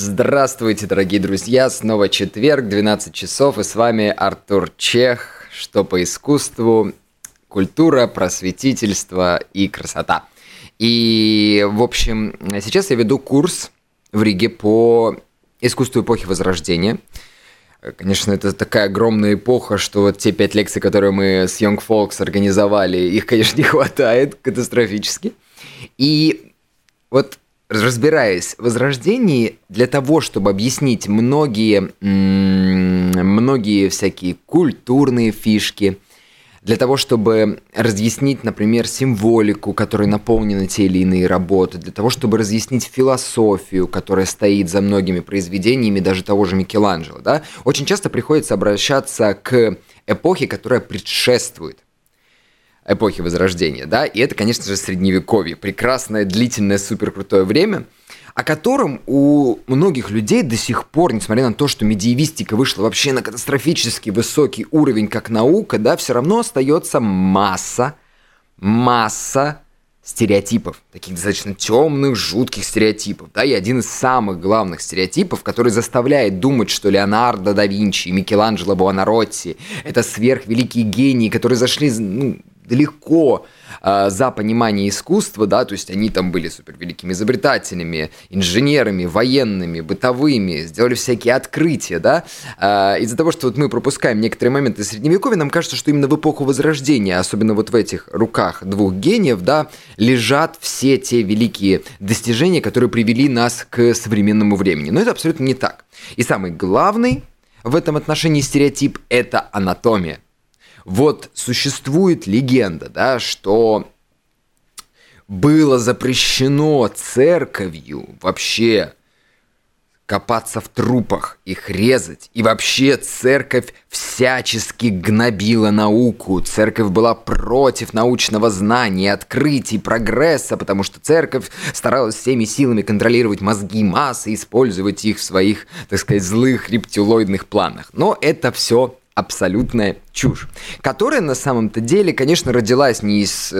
Здравствуйте, дорогие друзья, снова четверг, 12 часов, и с вами Артур Чех, что по искусству, культура, просветительство и красота. И, в общем, сейчас я веду курс в Риге по искусству эпохи Возрождения. Конечно, это такая огромная эпоха, что вот те 5 лекций, которые мы с Young Folks организовали, их, конечно, не хватает катастрофически. И вот разбираясь в Возрождении, для того, чтобы объяснить многие всякие культурные фишки, для того, чтобы разъяснить, например, символику, которой наполнены те или иные работы, для того, чтобы разъяснить философию, которая стоит за многими произведениями, даже того же Микеланджело, да, очень часто приходится обращаться к эпохе, которая предшествует эпохи Возрождения, да, и это, конечно же, Средневековье, прекрасное, длительное, суперкрутое время, о котором у многих людей до сих пор, несмотря на то, что медиевистика вышла вообще на катастрофически высокий уровень как наука, да, все равно остается масса стереотипов, таких достаточно темных, жутких стереотипов, да, и один из самых главных стереотипов, который заставляет думать, что Леонардо да Винчи и Микеланджело Буонаротти – это сверхвеликие гении, которые зашли, далеко за понимание искусства, да, то есть они там были супервеликими изобретателями, инженерами, военными, бытовыми, сделали всякие открытия, да. Из-за того, что вот мы пропускаем некоторые моменты Средневековья, нам кажется, что именно в эпоху Возрождения, особенно вот в этих руках двух гениев, да, лежат все те великие достижения, которые привели нас к современному времени. Но это абсолютно не так. И самый главный в этом отношении стереотип – это анатомия. Вот существует легенда, да, что было запрещено церковью вообще копаться в трупах, их резать. И вообще церковь всячески гнобила науку. Церковь была против научного знания, открытий, прогресса, потому что церковь старалась всеми силами контролировать мозги массы, использовать их в своих, так сказать, злых рептилоидных планах. Но это все абсолютная чушь, которая на самом-то деле, конечно, родилась не из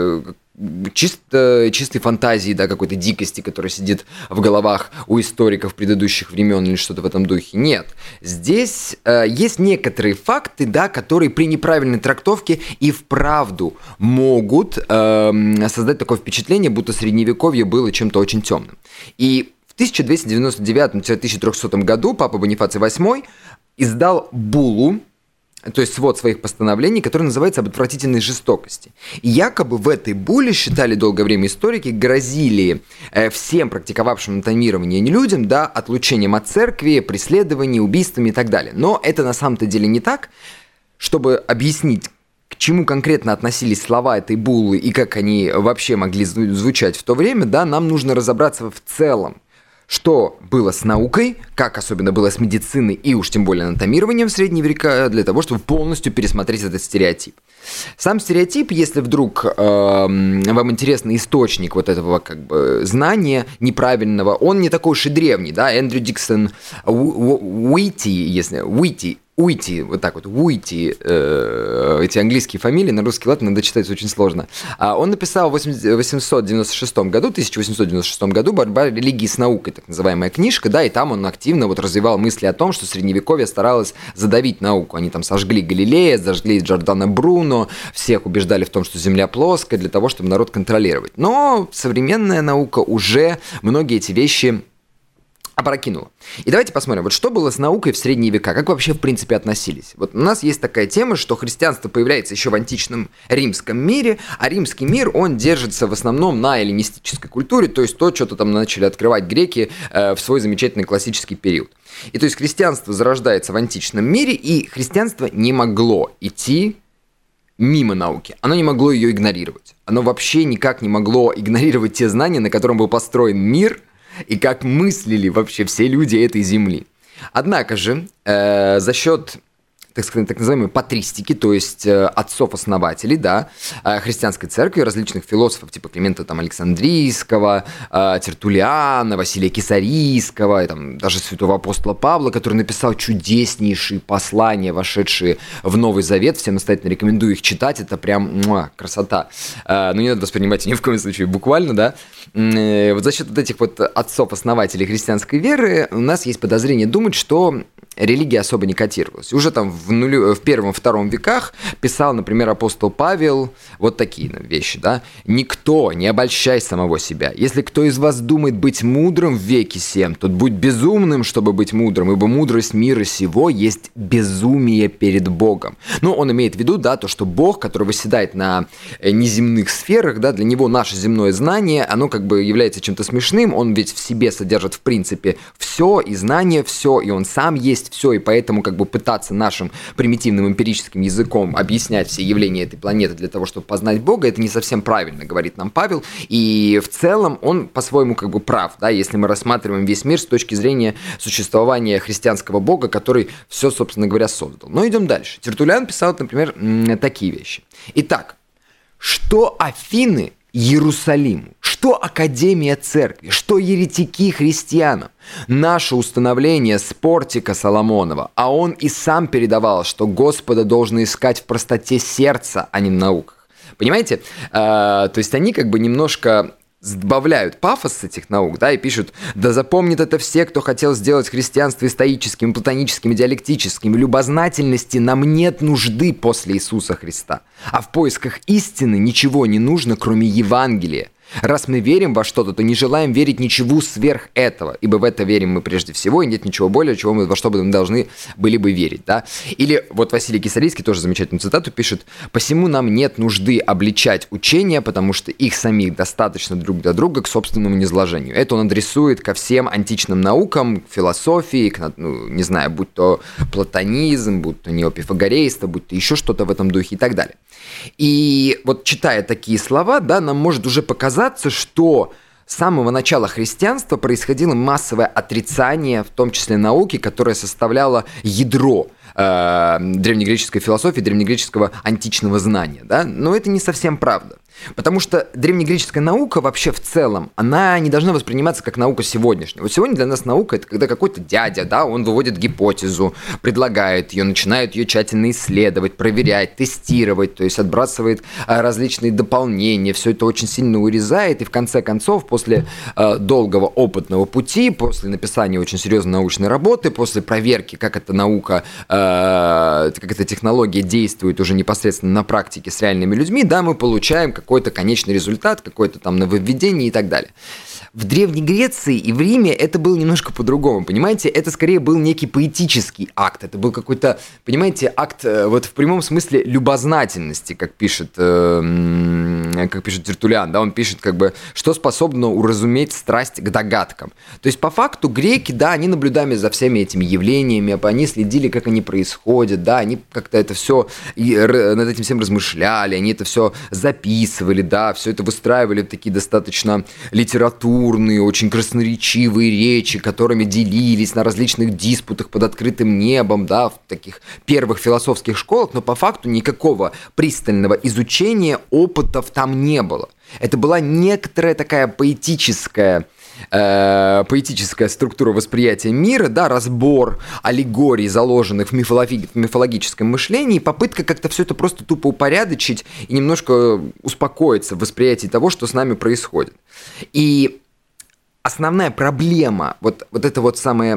чистой фантазии, да, какой-то дикости, которая сидит в головах у историков предыдущих времен или что-то в этом духе. Нет. Здесь есть некоторые факты, да, которые при неправильной трактовке и вправду могут создать такое впечатление, будто Средневековье было чем-то очень темным. И в 1299-1300 году папа Бонифаций VIII издал буллу, то есть свод своих постановлений, который называется «Об отвратительной жестокости». И якобы в этой булле, считали долгое время историки, грозили всем практиковавшим анатомирование людям, да, отлучением от церкви, преследованием, убийствами и так далее. Но это на самом-то деле не так. Чтобы объяснить, к чему конкретно относились слова этой буллы и как они вообще могли звучать в то время, да, нам нужно разобраться в целом, что было с наукой, как особенно было с медициной и уж тем более анатомированием в средние века, для того, чтобы полностью пересмотреть этот стереотип. Сам стереотип, если вдруг вам интересный источник вот этого как бы знания неправильного, он не такой уж и древний, да, Эндрю Диксон Уити, вот так вот, Уити, эти английские фамилии, на русский лад надо читать очень сложно. Он написал в 1896 году «Борьба религии с наукой», так называемая книжка, да, и там он активно вот развивал мысли о том, что Средневековье старалось задавить науку. Они там сожгли Галилея, зажгли Джордано Бруно, всех убеждали в том, что Земля плоская, для того, чтобы народ контролировать. Но современная наука уже многие эти вещи опрокинула. И давайте посмотрим, вот что было с наукой в средние века, как вообще в принципе относились. Вот у нас есть такая тема, что христианство появляется еще в античном римском мире, а римский мир, он держится в основном на эллинистической культуре, то есть то, что-то там начали открывать греки в свой замечательный классический период. И то есть христианство зарождается в античном мире, и христианство не могло идти мимо науки. Оно не могло ее игнорировать. Оно вообще никак не могло игнорировать те знания, на котором был построен мир, и как мыслили вообще все люди этой земли. Однако же, за счет так сказать, так называемые патристики, то есть отцов-основателей, да, христианской церкви, различных философов, типа Климента там, Александрийского, Тертуллиана, Василия Кесарийского, и, там, даже святого апостола Павла, который написал чудеснейшие послания, вошедшие в Новый Завет. Всем настоятельно рекомендую их читать, это прям красота. Но не надо воспринимать ни в коем случае буквально, да. Вот за счет вот этих вот отцов-основателей христианской веры у нас есть подозрение думать, что религия особо не котировалась. Уже там в первом-втором веках писал, например, апостол Павел вот такие вещи, да. «Никто не обольщай самого себя. Если кто из вас думает быть мудрым в веке сем, тот будь безумным, чтобы быть мудрым, ибо мудрость мира сего есть безумие перед Богом». Ну, он имеет в виду, да, то, что Бог, который восседает на неземных сферах, да, для него наше земное знание, оно как бы является чем-то смешным, он ведь в себе содержит, в принципе, все, и знание все, и он сам есть все, и поэтому как бы пытаться нашим примитивным эмпирическим языком объяснять все явления этой планеты для того, чтобы познать Бога, это не совсем правильно, говорит нам Павел, и в целом он по-своему как бы прав, да, если мы рассматриваем весь мир с точки зрения существования христианского Бога, который все, собственно говоря, создал. Но идем дальше. Тертуллиан писал, например, такие вещи. Итак, что Афины Иерусалиму, что Академия Церкви, что еретики христианам. Наше установление с портика Соломонова, а он и сам передавал, что Господа должны искать в простоте сердца, а не в науках. Понимаете? То есть они как бы немножко сбавляют пафос с этих наук, да, и пишут: «Да запомнят это все, кто хотел сделать христианство стоическим, платоническим, диалектическим. В любознательности нам нет нужды после Иисуса Христа, а в поисках истины ничего не нужно, кроме Евангелия. Раз мы верим во что-то, то не желаем верить ничего сверх этого, ибо в это верим мы прежде всего, и нет ничего более, чего мы, во что бы мы должны были бы верить». Да? Или вот Василий Кесарийский тоже замечательную цитату пишет: «Посему нам нет нужды обличать учения, потому что их самих достаточно друг для друга к собственному низложению». Это он адресует ко всем античным наукам, к философии, не знаю, будь то платонизм, будь то неопифагорейство, будь то еще что-то в этом духе и так далее. И вот читая такие слова, да, нам может уже показаться, что с самого начала христианства происходило массовое отрицание, в том числе науки, которая составляла ядро древнегреческой философии, древнегреческого античного знания. Да? Но это не совсем правда. Потому что древнегреческая наука вообще в целом, она не должна восприниматься как наука сегодняшняя. Вот сегодня для нас наука — это когда какой-то дядя, да, он выводит гипотезу, предлагает ее, начинает ее тщательно исследовать, проверять, тестировать, то есть отбрасывает различные дополнения, все это очень сильно урезает, и в конце концов, после долгого опытного пути, после написания очень серьезной научной работы, после проверки, как эта наука, как эта технология действует уже непосредственно на практике с реальными людьми, да, мы получаем какой-то конечный результат, какое-то там нововведение и так далее. В Древней Греции и в Риме это было немножко по-другому, понимаете? Это скорее был некий поэтический акт, это был какой-то, понимаете, акт вот в прямом смысле любознательности, как пишет Тертуллиан, да, он пишет как бы, что способно уразуметь страсть к догадкам. То есть по факту греки, да, они наблюдали за всеми этими явлениями, они следили, как они происходят, да, они как-то это все над этим всем размышляли, они это все записывали, да, все это выстраивали в такие достаточно литературные, очень красноречивые речи, которыми делились на различных диспутах под открытым небом, да, в таких первых философских школах, но по факту никакого пристального изучения опытов там не было. Это была некоторая такая поэтическая структура восприятия мира, да, разбор аллегорий, заложенных в мифологическом мышлении, попытка как-то все это просто тупо упорядочить и немножко успокоиться в восприятии того, что с нами происходит. И основная проблема, вот это вот самое,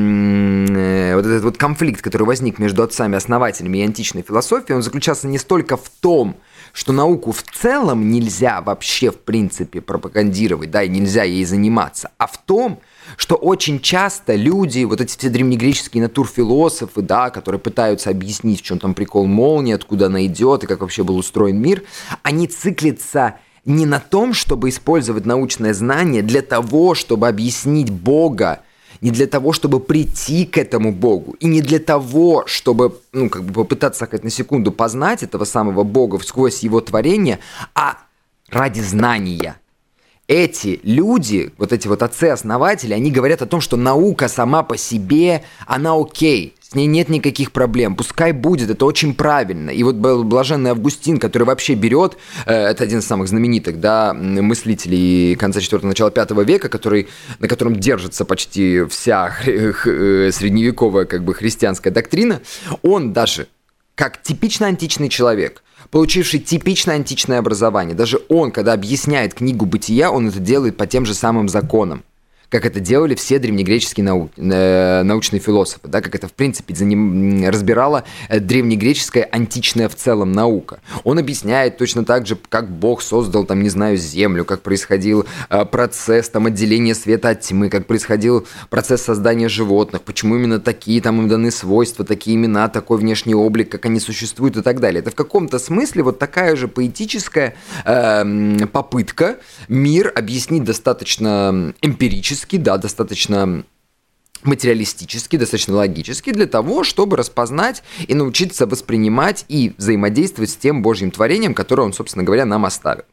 вот этот вот конфликт, который возник между отцами-основателями и античной философией, он заключался не столько в том, что науку в целом нельзя вообще, в принципе, пропагандировать, да, и нельзя ей заниматься, а в том, что очень часто люди, вот эти все древнегреческие натурфилософы, да, которые пытаются объяснить, в чем там прикол молнии, откуда она идет и как вообще был устроен мир, они циклятся не на том, чтобы использовать научное знание для того, чтобы объяснить Бога, не для того, чтобы прийти к этому Богу, и не для того, чтобы, попытаться хоть на секунду познать этого самого Бога сквозь его творение, а ради знания. Эти люди, вот эти вот отцы-основатели, они говорят о том, что наука сама по себе, она окей. с ней нет никаких проблем, пускай будет, это очень правильно. И вот блаженный Августин, который вообще берет, это один из самых знаменитых, да, мыслителей конца 4-го, начала 5 века, на котором держится почти вся средневековая как бы христианская доктрина, он даже как типично античный человек, получивший типично античное образование, даже он, когда объясняет книгу «Бытия», он это делает по тем же самым законам, как это делали все древнегреческие научные философы, да, как это, в принципе, разбирала древнегреческая античная в целом наука. Он объясняет точно так же, как Бог создал, там, не знаю, Землю, как происходил процесс там, отделения света от тьмы, как происходил процесс создания животных, почему именно такие там им даны свойства, такие имена, такой внешний облик, как они существуют и так далее. Это в каком-то смысле вот такая же поэтическая попытка мир объяснить достаточно эмпирически, да, достаточно материалистически, достаточно логически, для того, чтобы распознать и научиться воспринимать и взаимодействовать с тем Божьим творением, которое он, собственно говоря, нам оставил.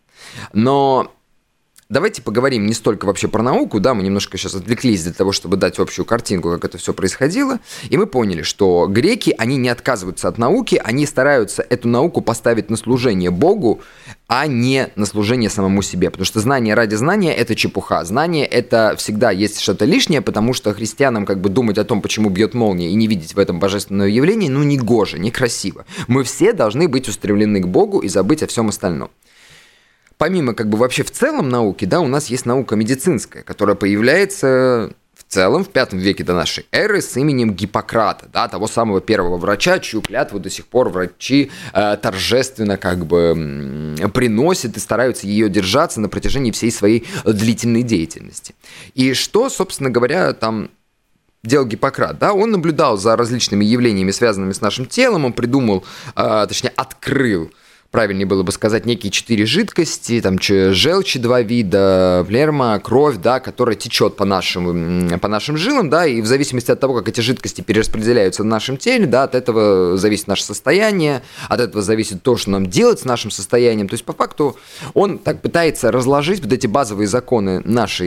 Но давайте поговорим не столько вообще про науку, да, мы немножко сейчас отвлеклись для того, чтобы дать общую картинку, как это все происходило, и мы поняли, что греки, они не отказываются от науки, они стараются эту науку поставить на служение Богу, а не на служение самому себе, потому что знание ради знания – это чепуха, знание – это всегда есть что-то лишнее, потому что христианам как бы думать о том, почему бьет молния, и не видеть в этом божественное явление, ну, не гоже, некрасиво. Мы все должны быть устремлены к Богу и забыть о всем остальном. Помимо как бы вообще в целом науки, да, у нас есть наука медицинская, которая появляется в целом в V веке до нашей эры с именем Гиппократа, да, того самого первого врача, чью клятву до сих пор врачи торжественно как бы приносят и стараются ее держаться на протяжении всей своей длительной деятельности. И что, собственно говоря, там делал Гиппократ, да, он наблюдал за различными явлениями, связанными с нашим телом, он придумал, точнее, открыл, правильнее было бы сказать, некие 4 жидкости, там желчи 2 вида, плерма, кровь, да, которая течет по нашим жилам, да, и в зависимости от того, как эти жидкости перераспределяются в нашем теле, да, от этого зависит наше состояние, от этого зависит то, что нам делать с нашим состоянием. То есть, по факту, он так пытается разложить вот эти базовые законы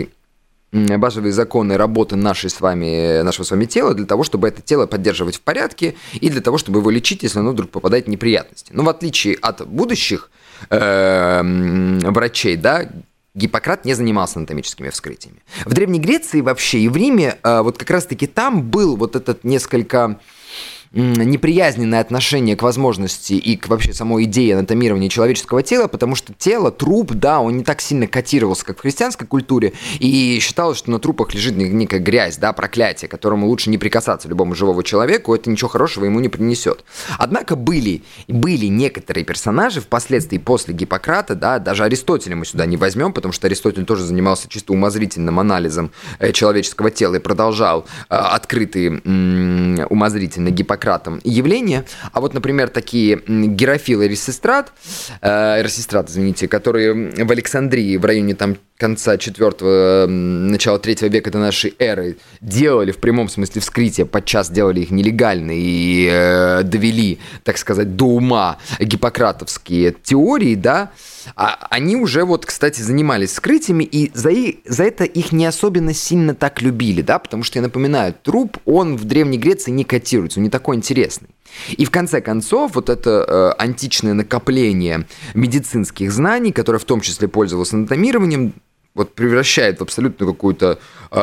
работы нашего с вами тела для того, чтобы это тело поддерживать в порядке и для того, чтобы его лечить, если оно вдруг попадает в неприятности. Но в отличие от будущих врачей, да, Гиппократ не занимался анатомическими вскрытиями. В Древней Греции вообще и в Риме вот как раз-таки там был вот этот несколько неприязненное отношение к возможности и к вообще самой идее анатомирования человеческого тела, потому что тело, труп, да, он не так сильно котировался, как в христианской культуре, и считалось, что на трупах лежит некая грязь, да, проклятие, к которому лучше не прикасаться любому живому человеку, это ничего хорошего ему не принесет. Однако были некоторые персонажи впоследствии после Гиппократа, да, даже Аристотеля мы сюда не возьмем, потому что Аристотель тоже занимался чисто умозрительным анализом человеческого тела и продолжал открытые умозрительно Гиппократом явления. А вот, например, такие Герофил и Эрасистрат, которые в Александрии в районе там конца 4-го, начала 3 века до нашей эры делали в прямом смысле вскрытия, подчас делали их нелегально и довели, так сказать, до ума гиппократовские теории, да, они уже вот, кстати, занимались вскрытиями, и за это их не особенно сильно так любили, да, потому что, я напоминаю, труп, он в Древней Греции не котируется, он не такой интересный. И в конце концов, вот это античное накопление медицинских знаний, которое в том числе пользовалось анатомированием, вот превращает в абсолютно какую-то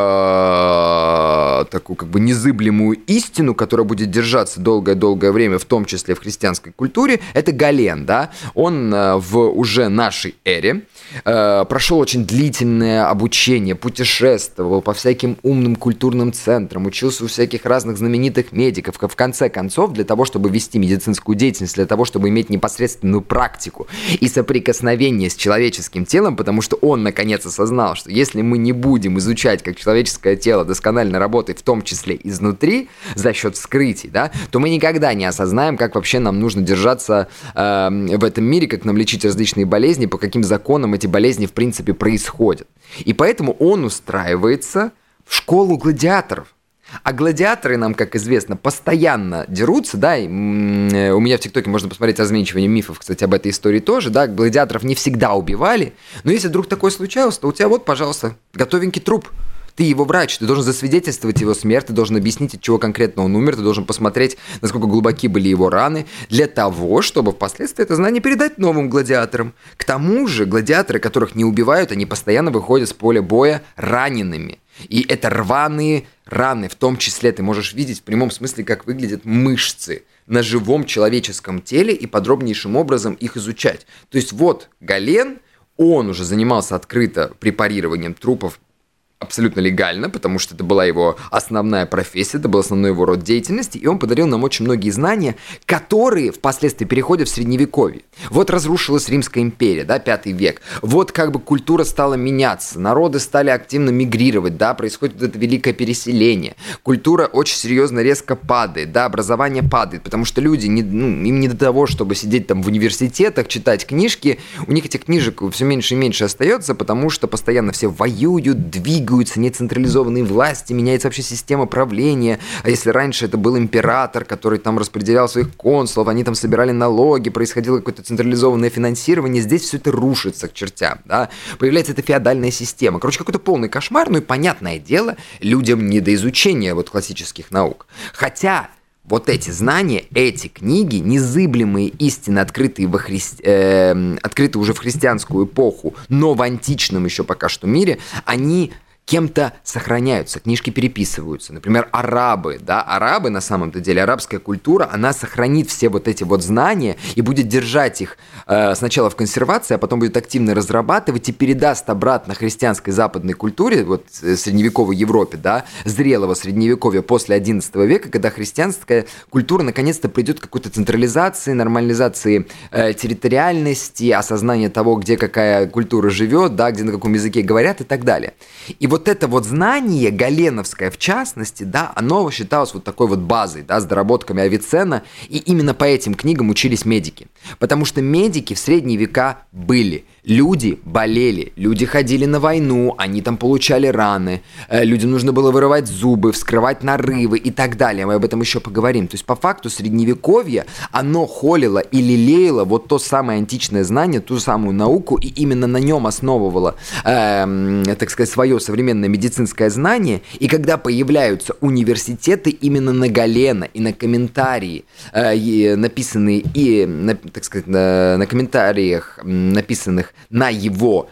такую как бы незыблемую истину, которая будет держаться долгое-долгое время, в том числе в христианской культуре, это Гален, да, он в уже нашей эре прошел очень длительное обучение, путешествовал по всяким умным культурным центрам, учился у всяких разных знаменитых медиков, в конце концов, для того, чтобы вести медицинскую деятельность, для того, чтобы иметь непосредственную практику и соприкосновение с человеческим телом, потому что он, наконец, осознал, что если мы не будем изучать, как человеческое тело досконально работает, в том числе изнутри, за счет вскрытий, да, то мы никогда не осознаем, как вообще нам нужно держаться в этом мире, как нам лечить различные болезни, по каким законам эти болезни, в принципе, происходят. И поэтому он устраивается в школу гладиаторов. А гладиаторы нам, как известно, постоянно дерутся, да, и, у меня в ТикТоке можно посмотреть разменчивание мифов, кстати, об этой истории тоже, да, гладиаторов не всегда убивали, но если вдруг такое случалось, то у тебя вот, пожалуйста, готовенький труп. Ты его врач, ты должен засвидетельствовать его смерть, ты должен объяснить, от чего конкретно он умер, ты должен посмотреть, насколько глубоки были его раны, для того, чтобы впоследствии это знание передать новым гладиаторам. К тому же гладиаторы, которых не убивают, они постоянно выходят с поля боя ранеными. И это рваные раны, в том числе ты можешь видеть в прямом смысле, как выглядят мышцы на живом человеческом теле и подробнейшим образом их изучать. То есть вот Гален, он уже занимался открыто препарированием трупов абсолютно легально, потому что это была его основная профессия, это был основной его род деятельности, и он подарил нам очень многие знания, которые впоследствии переходят в Средневековье. Вот разрушилась Римская империя, да, 5 век, вот как бы культура стала меняться, народы стали активно мигрировать, да, происходит вот это великое переселение, культура очень серьезно резко падает, да, образование падает, потому что люди, им не до того, чтобы сидеть там в университетах, читать книжки, у них этих книжек все меньше и меньше остается, потому что постоянно все воюют, двигаются, нет централизованной власти, меняется вообще система правления. А если раньше это был император, который там распределял своих консулов, они там собирали налоги, происходило какое-то централизованное финансирование, здесь все это рушится к чертям, да? Появляется эта феодальная система. Короче, какой-то полный кошмар, ну и понятное дело, людям не до изучения вот классических наук. Хотя вот эти знания, эти книги, незыблемые истины, открытые уже в христианскую эпоху, но в античном еще пока что мире, они кем-то сохраняются, книжки переписываются. Например, арабы, да, арабы на самом-то деле, арабская культура, она сохранит все вот эти вот знания и будет держать их сначала в консервации, а потом будет активно разрабатывать и передаст обратно христианской западной культуре, вот средневековой Европе, да, зрелого средневековья после XI века, когда христианская культура наконец-то придет к какой-то централизации, нормализации территориальности, осознания того, где какая культура живет, да, где на каком языке говорят и так далее. И вот это вот знание, галеновское в частности, да, оно считалось вот такой вот базой, да, с доработками Авиценна, и именно по этим книгам учились медики. Потому что медики в средние века были. Люди болели, люди ходили на войну, они там получали раны, людям нужно было вырывать зубы, вскрывать нарывы и так далее. Мы об этом еще поговорим. То есть по факту средневековье, оно холило и лелеяло вот то самое античное знание, ту самую науку, и именно на нем основывало, так сказать, свое современное медицинское знание. И когда появляются университеты именно на Галена и на комментарии, написанные и, так сказать, на комментариях, написанных на его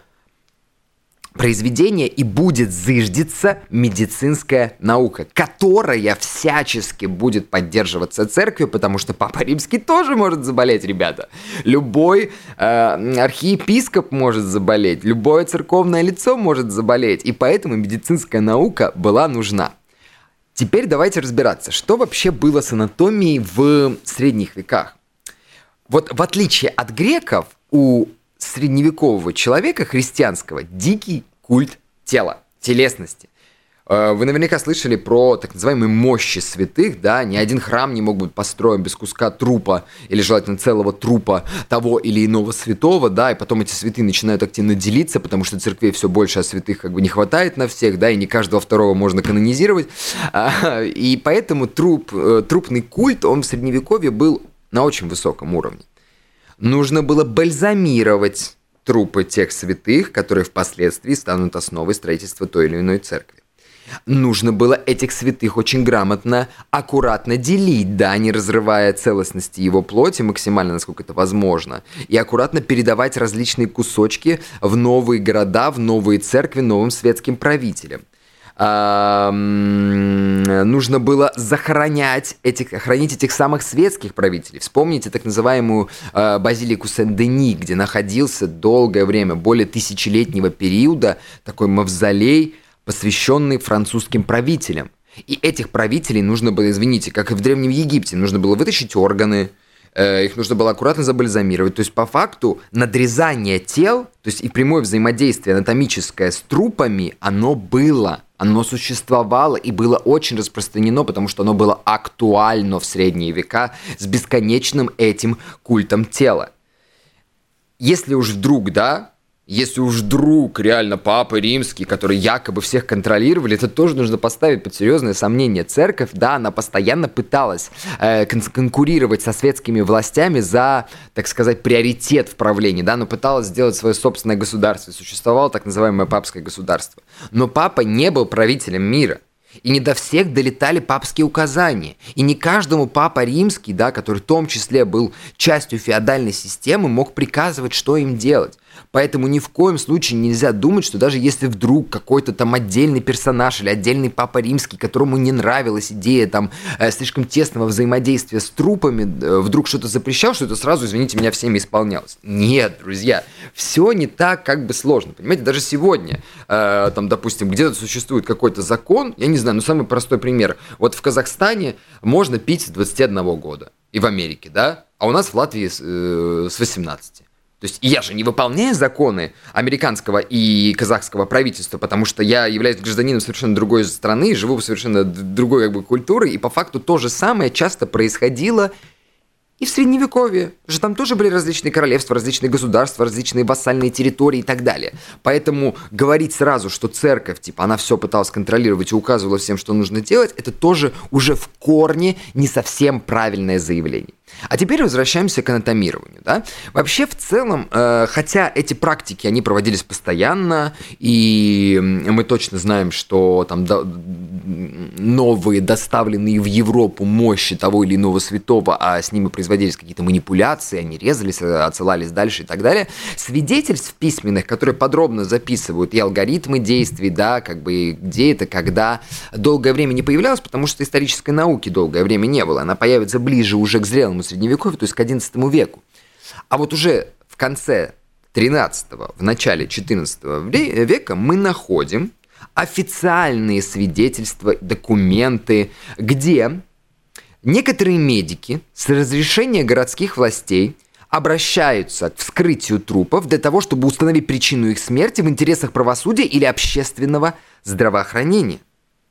произведение, и будет зыждиться медицинская наука, которая всячески будет поддерживаться церковью, потому что Папа Римский тоже может заболеть, ребята. Любой архиепископ может заболеть, любое церковное лицо может заболеть, и поэтому медицинская наука была нужна. Теперь давайте разбираться, что вообще было с анатомией в средних веках. Вот в отличие от греков, у средневекового человека, христианского, дикий культ тела, телесности. Вы наверняка слышали про так называемые мощи святых, да, ни один храм не мог быть построен без куска трупа или желательно целого трупа того или иного святого, да, и потом эти святые начинают активно делиться, потому что церквей все больше, а святых как бы не хватает на всех, да, и не каждого второго можно канонизировать, и поэтому трупный культ, он в средневековье был на очень высоком уровне. Нужно было бальзамировать трупы тех святых, которые впоследствии станут основой строительства той или иной церкви. Нужно было этих святых очень грамотно, аккуратно делить, да, не разрывая целостности его плоти максимально, насколько это возможно, и аккуратно передавать различные кусочки в новые города, в новые церкви, новым светским правителям. Нужно было хранить этих самых светских правителей. Вспомните так называемую базилику Сен-Дени, где находился долгое время, более тысячелетнего периода, такой мавзолей, посвященный французским правителям. И этих правителей нужно было, извините, как и в Древнем Египте, нужно было вытащить органы, их нужно было аккуратно забальзамировать. То есть, по факту, надрезание тел, то есть и прямое взаимодействие анатомическое с трупами, оно было. Оно существовало и было очень распространено, потому что оно было актуально в средние века с бесконечным этим культом тела. Если уж вдруг, да, Если уж вдруг реально Папа Римский, который якобы всех контролировали, это тоже нужно поставить под серьезное сомнение. Церковь, да, она постоянно пыталась конкурировать со светскими властями за, так сказать, приоритет в правлении, да, но пыталась сделать свое собственное государство. Существовало так называемое папское государство. Но папа не был правителем мира. И не до всех долетали папские указания. И не каждому Папа Римский, да, который в том числе был частью феодальной системы, мог приказывать, что им делать. Поэтому ни в коем случае нельзя думать, что даже если вдруг какой-то там отдельный персонаж или отдельный Папа Римский, которому не нравилась идея там слишком тесного взаимодействия с трупами, вдруг что-то запрещал, что это сразу, извините меня, всеми исполнялось. Нет, друзья, все не так как бы сложно. Понимаете, даже сегодня, там, допустим, где-то существует какой-то закон, я не знаю, но самый простой пример. Вот в Казахстане можно пить с 21 года, и в Америке, да, а у нас в Латвии с 18. То есть я же не выполняю законы американского и казахского правительства, потому что я являюсь гражданином совершенно другой страны, живу в совершенно другой как бы культуре, и по факту то же самое часто происходило и в Средневековье. Же там тоже были различные королевства, различные государства, различные вассальные территории и так далее. Поэтому говорить сразу, что церковь, типа, она все пыталась контролировать и указывала всем, что нужно делать, это тоже уже в корне не совсем правильное заявление. А теперь возвращаемся к анатомированию. Да? Вообще, в целом, хотя эти практики, они проводились постоянно, и мы точно знаем, что там новые, доставленные в Европу мощи того или иного святого, а с ними производились какие-то манипуляции, они резались, отсылались дальше и так далее, свидетельств письменных, которые подробно записывают и алгоритмы действий, да, как бы где это, когда, долгое время не появлялось, потому что исторической науки долгое время не было. Она появится ближе уже к зрелому Средневековью, то есть к XI веку. А вот уже в конце XIII, в начале XIV века мы находим официальные свидетельства, документы, где некоторые медики с разрешения городских властей обращаются к вскрытию трупов для того, чтобы установить причину их смерти в интересах правосудия или общественного здравоохранения.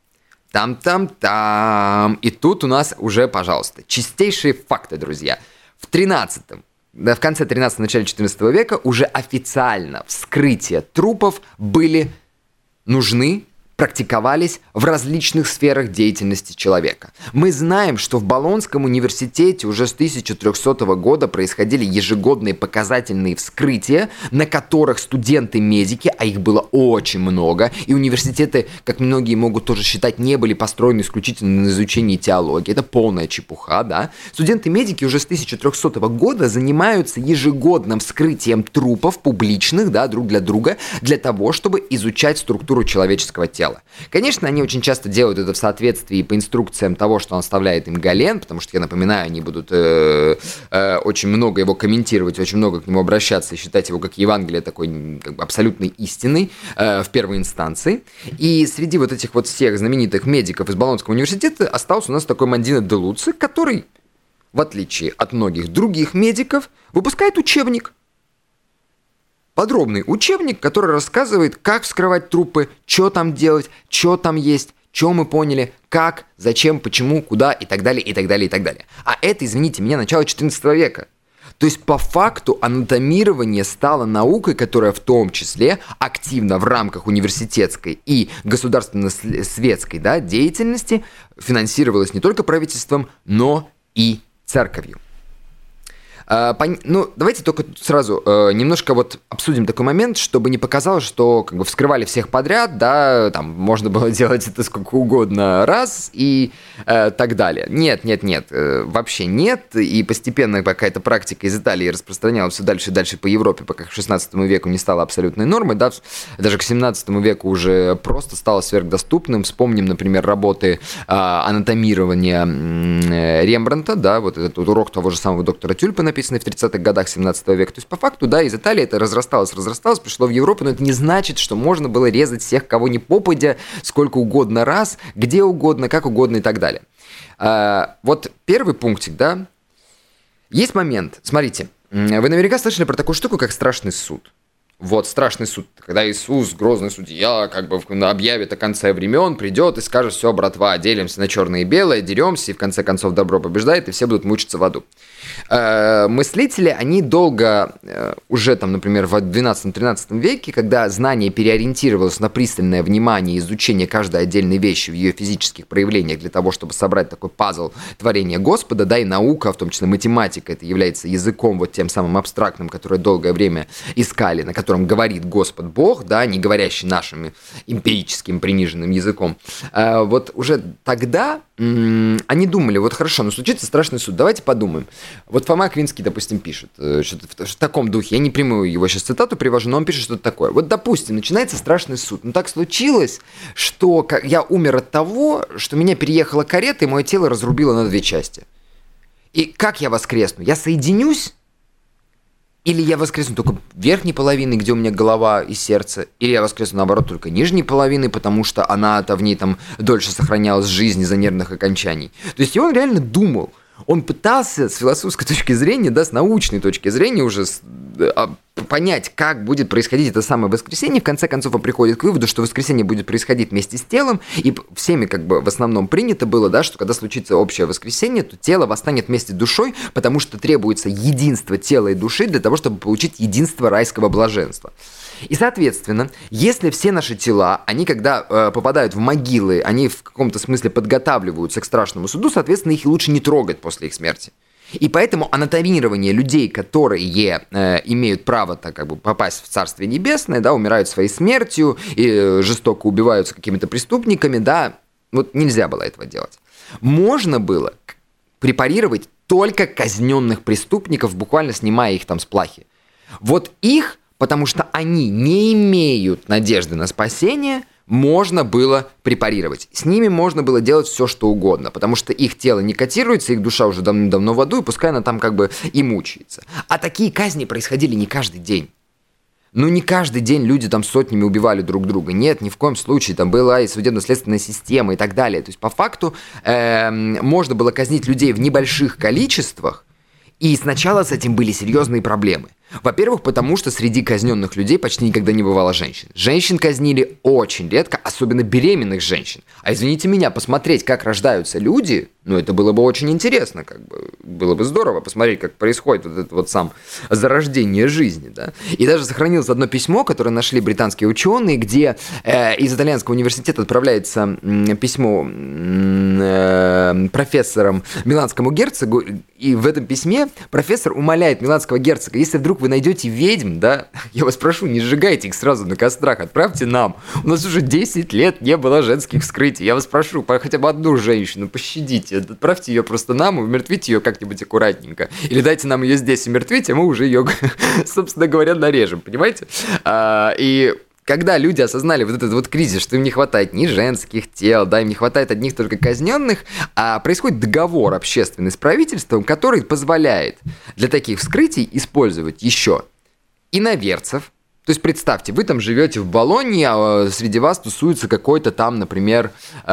Там-там-там. И тут у нас уже, пожалуйста, чистейшие факты, друзья. В конце 13-го, начале 14 века уже официально вскрытия трупов были нужны, практиковались в различных сферах деятельности человека. Мы знаем, что в Болонском университете уже с 1300 года происходили ежегодные показательные вскрытия, на которых студенты-медики, а их было очень много, и университеты, как многие могут тоже считать, не были построены исключительно на изучении теологии. Это полная чепуха, да? Студенты-медики уже с 1300 года занимаются ежегодным вскрытием трупов публичных, да, друг для друга, для того, чтобы изучать структуру человеческого тела. Конечно, они очень часто делают это в соответствии по инструкциям того, что оставляет им Гален, потому что, я напоминаю, они будут очень много его комментировать, очень много к нему обращаться и считать его как Евангелие такой как бы абсолютной истиной в первой инстанции. И среди вот этих вот всех знаменитых медиков из Болонского университета остался у нас такой Мандино де Луци, который, в отличие от многих других медиков, выпускает учебник. Подробный учебник, который рассказывает, как вскрывать трупы, что там делать, что там есть, что мы поняли, как, зачем, почему, куда и так далее, и так далее, и так далее. А это, извините меня, начало XIV века. То есть, по факту, анатомирование стало наукой, которая в том числе активно в рамках университетской и государственно-светской, да, деятельности финансировалась не только правительством, но и церковью. Ну, давайте только сразу немножко вот обсудим такой момент, чтобы не показалось, что как бы вскрывали всех подряд, да, там можно было делать это сколько угодно раз и так далее. Нет, вообще нет, и постепенно какая-то практика из Италии распространялась все дальше и дальше по Европе, пока к 16 веку не стала абсолютной нормой, да, даже к 17 веку уже просто стало сверхдоступным. Вспомним, например, работы анатомирования Рембрандта, да, вот этот урок того же самого доктора Тюльпа, написанный в 30-х годах 17 века. То есть, по факту, да, из Италии это разрасталось, пришло в Европу, но это не значит, что можно было резать всех, кого не попадя, сколько угодно раз, где угодно, как угодно и так далее. Вот первый пунктик, да, есть момент, смотрите, вы наверняка слышали про такую штуку, как страшный суд. Вот, страшный суд, когда Иисус, грозный судья, как бы объявит о конце времен, придет и скажет: все, братва, делимся на черное и белое, деремся, и в конце концов добро побеждает, и все будут мучиться в аду. Мыслители, они долго, уже там, например, в XII-XIII веке, когда знание переориентировалось на пристальное внимание и изучение каждой отдельной вещи в ее физических проявлениях для того, чтобы собрать такой пазл творения Господа, да, и наука, в том числе математика, это является языком вот тем самым абстрактным, которое долгое время искали, на котором говорит Господь Бог, да, не говорящий нашим эмпирическим приниженным языком. Вот уже тогда они думали, вот хорошо, но случится страшный суд, давайте подумаем. Вот Фома Аквинский, допустим, пишет что-то в таком духе, я не прямую его сейчас цитату привожу, но он пишет что-то такое. Вот, допустим, начинается страшный суд. Ну, так случилось, что я умер от того, что меня переехала карета, и мое тело разрубило на 2 части. И как я воскресну? Я соединюсь? Или я воскресну только верхней половины, где у меня голова и сердце, или я воскресну, наоборот, только нижней половины, потому что она-то в ней там дольше сохранялась жизнь из-за нервных окончаний. То есть и он реально думал. Он пытался с философской точки зрения, да, с научной точки зрения уже понять, как будет происходить это самое воскресение. В конце концов, он приходит к выводу, что воскресение будет происходить вместе с телом, и всеми как бы в основном принято было, да, что когда случится общее воскресение, то тело восстанет вместе с душой, потому что требуется единство тела и души для того, чтобы получить единство райского блаженства. И, соответственно, если все наши тела, они когда попадают в могилы, они в каком-то смысле подготавливаются к страшному суду, соответственно, их лучше не трогать после их смерти. И поэтому анатомирование людей, которые имеют право так, как бы, попасть в Царствие Небесное, да, умирают своей смертью и жестоко убиваются какими-то преступниками, да, вот нельзя было этого делать. Можно было препарировать только казненных преступников, буквально снимая их там с плахи. Вот их, потому что они не имеют надежды на спасение, можно было препарировать. С ними можно было делать все, что угодно, потому что их тело не котируется, их душа уже давно в аду, и пускай она там как бы и мучается. А такие казни происходили не каждый день. Ну, не каждый день люди там сотнями убивали друг друга. Нет, ни в коем случае. Там была и судебно-следственная система и так далее. То есть, по факту, можно было казнить людей в небольших количествах, и сначала с этим были серьезные проблемы. Во-первых, потому что среди казненных людей почти никогда не бывало женщин. Женщин казнили очень редко, особенно беременных женщин. А извините меня, посмотреть, как рождаются люди, ну это было бы очень интересно, как бы, было бы здорово посмотреть, как происходит вот это вот сам зарождение жизни, да. И даже сохранилось одно письмо, которое нашли британские ученые, где из итальянского университета отправляется письмо профессором миланскому герцогу, и в этом письме профессор умоляет миланского герцога, если вдруг вы найдете ведьм, да, я вас прошу, не сжигайте их сразу на кострах, отправьте нам. У нас уже 10 лет не было женских вскрытий. Я вас прошу, хотя бы одну женщину пощадите, отправьте ее просто нам и умертвите ее как-нибудь аккуратненько. Или дайте нам ее здесь умертвить, а мы уже ее, собственно говоря, нарежем, понимаете? И когда люди осознали вот этот вот кризис, что им не хватает ни женских тел, да, им не хватает одних только казненных, происходит договор общественный с правительством, который позволяет для таких вскрытий использовать еще иноверцев. То есть представьте, вы там живете в Болонье, а среди вас тусуется какой-то там, например,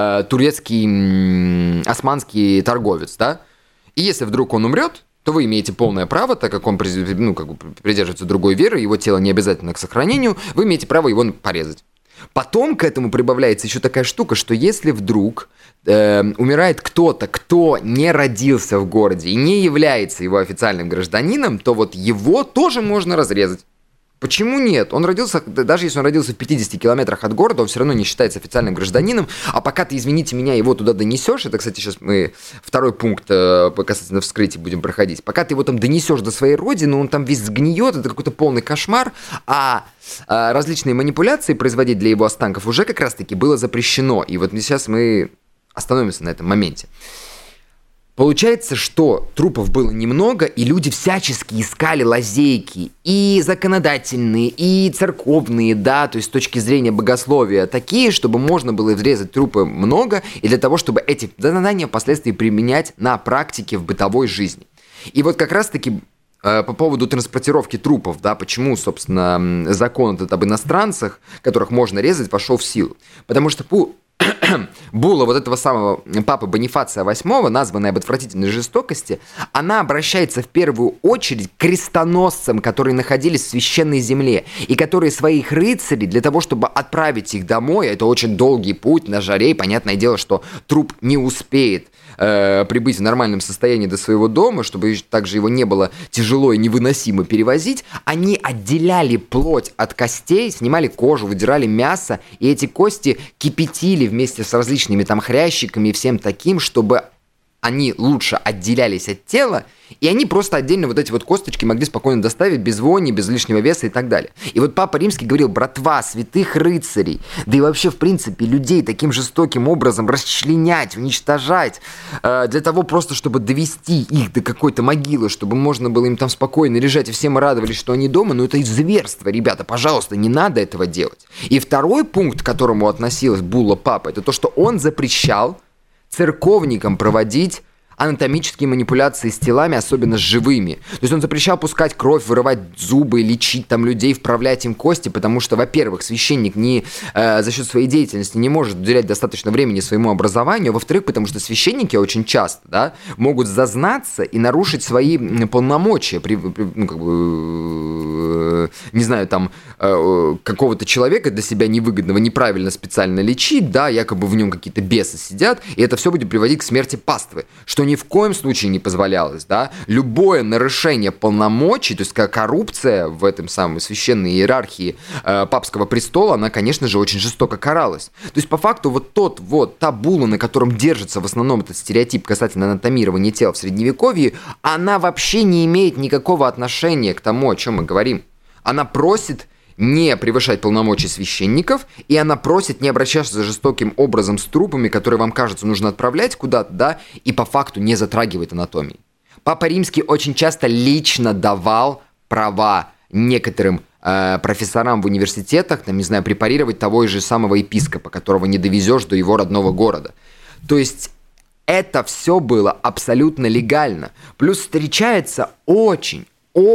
турецкий, османский торговец, да? И если вдруг он умрет, то вы имеете полное право, так как он придерживается другой веры, его тело не обязательно к сохранению, вы имеете право его порезать. Потом к этому прибавляется еще такая штука, что если вдруг умирает кто-то, кто не родился в городе и не является его официальным гражданином, то вот его тоже можно разрезать. Почему нет? Он родился, даже если он родился в 50 километрах от города, он все равно не считается официальным гражданином, а пока ты, извините меня, его туда донесешь, это, кстати, сейчас мы второй пункт касательно вскрытия будем проходить, пока ты его там донесешь до своей родины, он там весь сгниет, это какой-то полный кошмар, а различные манипуляции производить для его останков уже как раз-таки было запрещено, и вот сейчас мы остановимся на этом моменте. Получается, что трупов было немного, и люди всячески искали лазейки, и законодательные, и церковные, да, то есть с точки зрения богословия, такие, чтобы можно было врезать трупы много, и для того, чтобы эти знания впоследствии применять на практике в бытовой жизни. И вот как раз-таки по поводу транспортировки трупов, да, почему, собственно, закон этот об иностранцах, которых можно резать, вошел в силу. Потому что булла вот этого самого папы Бонифация VIII, названная об отвратительной жестокости, она обращается в первую очередь к крестоносцам, которые находились в священной земле, и которые своих рыцарей, для того, чтобы отправить их домой, это очень долгий путь на жаре, и понятное дело, что труп не успеет прибыть в нормальном состоянии до своего дома, чтобы также его не было тяжело и невыносимо перевозить, они отделяли плоть от костей, снимали кожу, выдирали мясо, и эти кости кипятили вместе с различными там хрящиками и всем таким, чтобы они лучше отделялись от тела, и они просто отдельно вот эти вот косточки могли спокойно доставить без вони, без лишнего веса и так далее. И вот Папа Римский говорил: братва, святых рыцарей, да и вообще, в принципе, людей таким жестоким образом расчленять, уничтожать, для того просто, чтобы довести их до какой-то могилы, чтобы можно было им там спокойно лежать, и все мы радовались, что они дома, но это зверство, ребята, пожалуйста, не надо этого делать. И второй пункт, к которому относилась булла Папы, это то, что он запрещал церковникам проводить анатомические манипуляции с телами, особенно с живыми. То есть он запрещал пускать кровь, вырывать зубы, лечить там людей, вправлять им кости, потому что, во-первых, священник за счет своей деятельности не может уделять достаточно времени своему образованию, во-вторых, потому что священники очень часто, могут зазнаться и нарушить свои полномочия, не знаю, там, какого-то человека для себя невыгодного неправильно специально лечить, якобы в нем какие-то бесы сидят, и это все будет приводить к смерти паствы, что ни в коем случае не позволялось, любое нарушение полномочий, то есть коррупция в этом самой священной иерархии папского престола, она, конечно же, очень жестоко каралась. То есть, по факту, та булла, на котором держится в основном этот стереотип касательно анатомирования тел в Средневековье, она вообще не имеет никакого отношения к тому, о чем мы говорим. Она просит не превышать полномочий священников, и она просит не обращаться жестоким образом с трупами, которые вам кажется нужно отправлять куда-то, и по факту не затрагивает анатомии. Папа Римский очень часто лично давал права некоторым профессорам в университетах, препарировать того же самого епископа, которого не довезешь до его родного города. То есть это все было абсолютно легально. Плюс встречается очень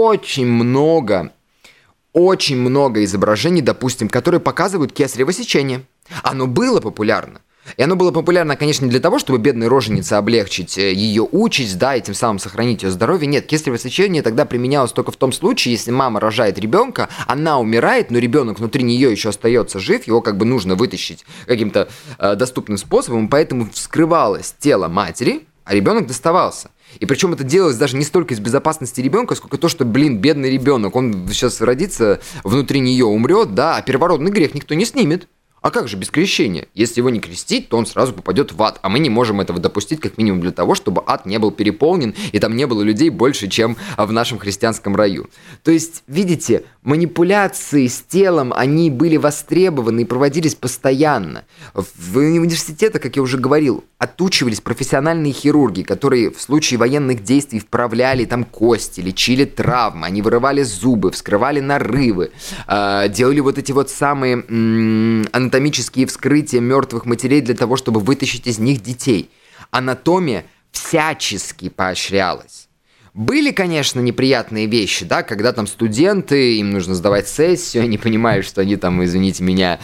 много изображений, допустим, которые показывают кесарево сечение. Оно было популярно. И оно было популярно, конечно, не для того, чтобы бедной роженице облегчить ее участь, и тем самым сохранить ее здоровье. Нет, кесарево сечение тогда применялось только в том случае, если мама рожает ребенка, она умирает, но ребенок внутри нее еще остается жив, его нужно вытащить каким-то доступным способом, поэтому вскрывалось тело матери, а ребенок доставался. И причем это делалось даже не столько из безопасности ребенка, сколько то, что, бедный ребенок, он сейчас родится, внутри нее умрет, а первородный грех никто не снимет. А как же без крещения? Если его не крестить, то он сразу попадет в ад, а мы не можем этого допустить, как минимум для того, чтобы ад не был переполнен, и там не было людей больше, чем в нашем христианском раю. То есть, видите, манипуляции с телом, они были востребованы и проводились постоянно. В университетах, как я уже говорил, отучивались профессиональные хирурги, которые в случае военных действий вправляли там кости, лечили травмы, они вырывали зубы, вскрывали нарывы, делали эти самые анатомические вскрытия мертвых матерей для того, чтобы вытащить из них детей. Анатомия всячески поощрялась. Были, конечно, неприятные вещи, когда там студенты, им нужно сдавать сессию, они понимают, что они там, извините меня,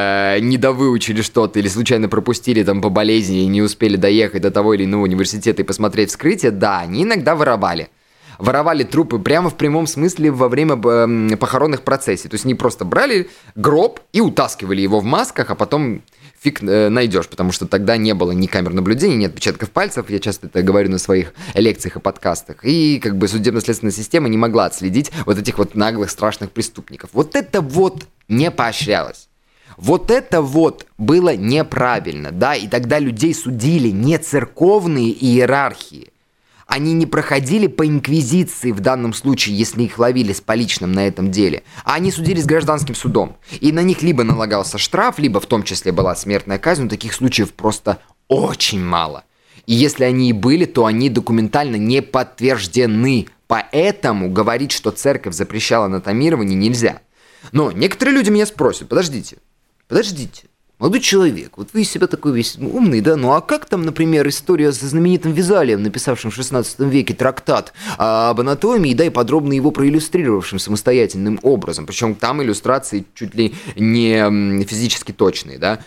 недовыучили что-то или случайно пропустили там по болезни и не успели доехать до того или иного университета и посмотреть вскрытие, они иногда воровали. Воровали трупы прямо в прямом смысле во время похоронных процессий. То есть они просто брали гроб и утаскивали его в масках, а потом фиг найдешь, потому что тогда не было ни камер наблюдения, ни отпечатков пальцев, я часто это говорю на своих лекциях и подкастах, и судебно-следственная система не могла отследить этих наглых, страшных преступников. Это не поощрялось. Это было неправильно, и тогда людей судили не церковные иерархии. Они не проходили по инквизиции в данном случае, если их ловили с поличным на этом деле, а они судились гражданским судом. И на них либо налагался штраф, либо в том числе была смертная казнь, но таких случаев просто очень мало. И если они и были, то они документально не подтверждены. Поэтому говорить, что церковь запрещала анатомирование, нельзя. Но некоторые люди меня спросят: подождите. Молодой человек, вы из себя такой весь умный, а как там, например, история со знаменитым Везалием, написавшим в 16 веке трактат об анатомии, и подробно его проиллюстрировавшим самостоятельным образом, причем там иллюстрации чуть ли не физически точные,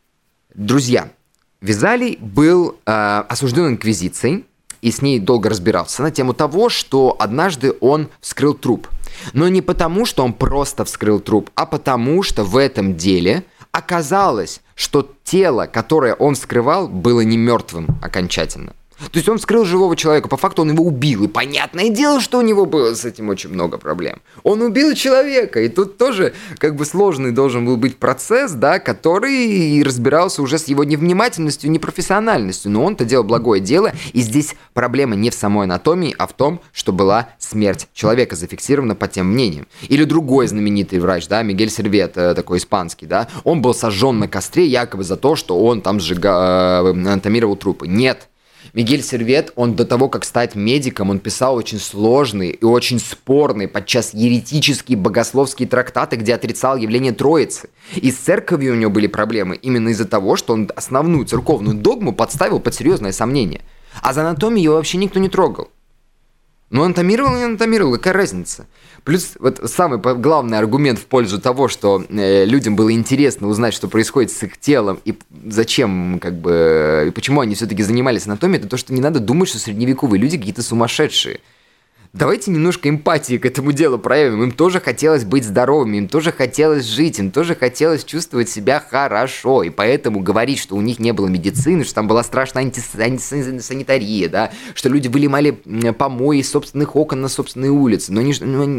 Друзья, Везалий был осужден инквизицией и с ней долго разбирался на тему того, что однажды он вскрыл труп. Но не потому, что он просто вскрыл труп, а потому, что в этом деле оказалось, что тело, которое он вскрывал, было не мертвым окончательно. То есть он вскрыл живого человека, по факту он его убил, и понятное дело, что у него было с этим очень много проблем. Он убил человека, и тут тоже как бы сложный должен был быть процесс, да, который разбирался уже с его невнимательностью, непрофессиональностью, но он-то делал благое дело, и здесь проблема не в самой анатомии, а в том, что была смерть человека зафиксирована по тем мнениям. Или другой знаменитый врач, да, Мигель Сервет, такой испанский, да, он был сожжен на костре якобы за то, что он там анатомировал трупы. Нет. Мигель Сервет, он до того, как стать медиком, он писал очень сложные и очень спорные, подчас еретические богословские трактаты, где отрицал явление Троицы. И с церковью у него были проблемы именно из-за того, что он основную церковную догму подставил под серьезное сомнение. А за анатомию его вообще никто не трогал. Но анатомировал и не анатомировал, какая разница? Плюс вот самый главный аргумент в пользу того, что людям было интересно узнать, что происходит с их телом и зачем, как бы, и почему они все-таки занимались анатомией, это то, что не надо думать, что средневековые люди какие-то сумасшедшие. Давайте немножко эмпатии к этому делу проявим. Им тоже хотелось быть здоровыми, им тоже хотелось жить, им тоже хотелось чувствовать себя хорошо. И поэтому говорить, что у них не было медицины, что там была страшная антисанитария, да, что люди выливали помои из собственных окон на собственные улицы. Но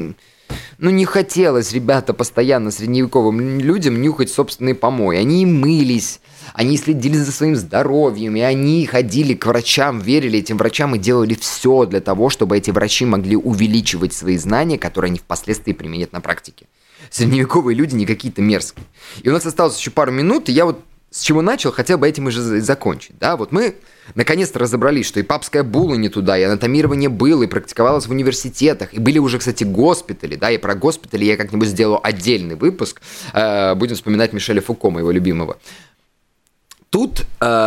не хотелось, ребята, постоянно средневековым людям нюхать собственные помои. Они мылись, они следили за своим здоровьем, и они ходили к врачам, верили этим врачам и делали все для того, чтобы эти врачи могли увеличивать свои знания, которые они впоследствии применят на практике. Средневековые люди не какие-то мерзкие. И у нас осталось еще пару минут, и я вот с чего начал, хотел бы этим уже закончить. Да? Вот мы наконец-то разобрались, что и папская булла не туда, и анатомирование было, и практиковалось в университетах, и были уже, кстати, госпитали, да, и про госпитали я как-нибудь сделаю отдельный выпуск, будем вспоминать Мишеля Фуко, моего любимого. Тут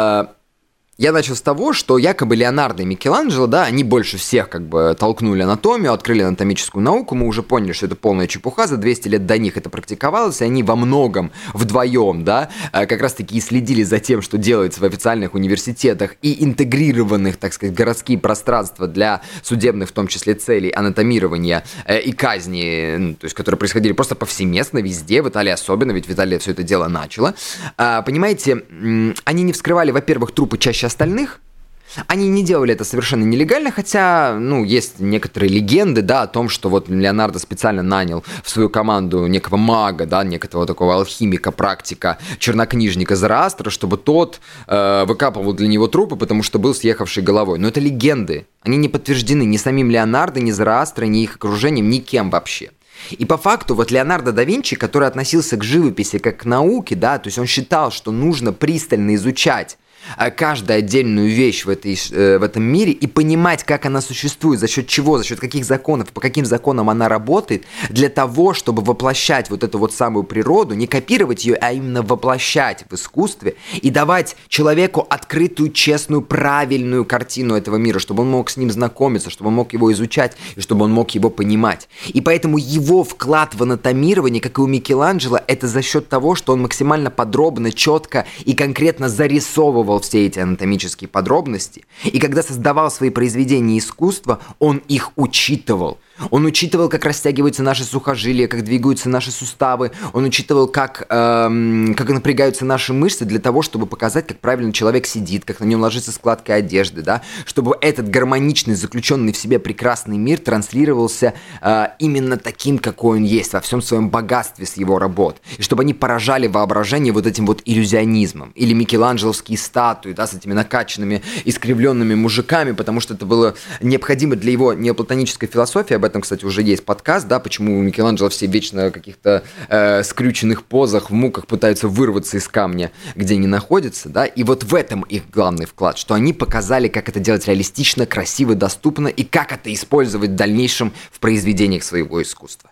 я начал с того, что якобы Леонардо и Микеланджело, да, они больше всех как бы толкнули анатомию, открыли анатомическую науку, мы уже поняли, что это полная чепуха, за 200 лет до них это практиковалось, и они во многом вдвоем, да, как раз-таки и следили за тем, что делается в официальных университетах и интегрированных, так сказать, городские пространства для судебных, в том числе, целей анатомирования и казни, то есть, которые происходили просто повсеместно, везде, в Италии особенно, ведь в Италии все это дело начало. Понимаете, они не вскрывали, во-первых, трупы чаще остальных. Они не делали это совершенно нелегально, хотя, есть некоторые легенды, да, о том, что вот Леонардо специально нанял в свою команду некого мага, да, некого такого алхимика, практика, чернокнижника Зороастра, чтобы тот выкапывал для него трупы, потому что был съехавший головой. Но это легенды. Они не подтверждены ни самим Леонардо, ни Зороастро, ни их окружением, никем вообще. И по факту вот Леонардо да Винчи, который относился к живописи как к науке, да, то есть он считал, что нужно пристально изучать каждую отдельную вещь в этом мире и понимать, как она существует, за счет чего, за счет каких законов, по каким законам она работает, для того, чтобы воплощать вот эту вот самую природу, не копировать ее, а именно воплощать в искусстве и давать человеку открытую, честную, правильную картину этого мира, чтобы он мог с ним знакомиться, чтобы он мог его изучать и чтобы он мог его понимать. И поэтому его вклад в анатомирование, как и у Микеланджело, это за счет того, что он максимально подробно, четко и конкретно зарисовывал все эти анатомические подробности. И когда создавал свои произведения искусства, он их учитывал. Он учитывал, как растягиваются наши сухожилия, как двигаются наши суставы. Он учитывал, как напрягаются наши мышцы для того, чтобы показать, как правильно человек сидит, как на нем ложится складка одежды, да? Чтобы этот гармоничный, заключенный в себе прекрасный мир транслировался именно таким, какой он есть, во всем своем богатстве с его работ. И чтобы они поражали воображение вот этим вот иллюзионизмом. Или микеланджеловские статуи, да, с этими накачанными, искривленными мужиками, потому что это было необходимо для его неоплатонической философии. Об этом, кстати, уже есть подкаст, да, почему у Микеланджело все вечно в каких-то скрюченных позах, в муках пытаются вырваться из камня, где они находятся, да, и вот в этом их главный вклад, что они показали, как это делать реалистично, красиво, доступно, и как это использовать в дальнейшем в произведениях своего искусства.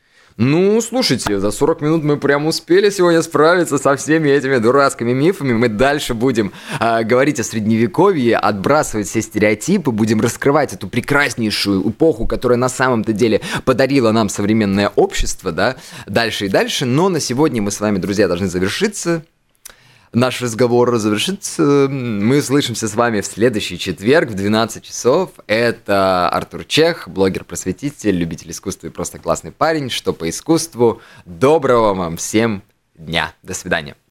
Слушайте, за 40 минут мы прям успели сегодня справиться со всеми этими дурацкими мифами. Мы дальше будем говорить о Средневековье, отбрасывать все стереотипы, будем раскрывать эту прекраснейшую эпоху, которая на самом-то деле подарила нам современное общество, да, дальше и дальше. Но на сегодня мы с вами, друзья, должны завершиться. Наш разговор завершится. Мы услышимся с вами в следующий четверг в 12 часов. Это Артур Чех, блогер-просветитель, любитель искусства и просто классный парень. Что по искусству. Доброго вам всем дня. До свидания.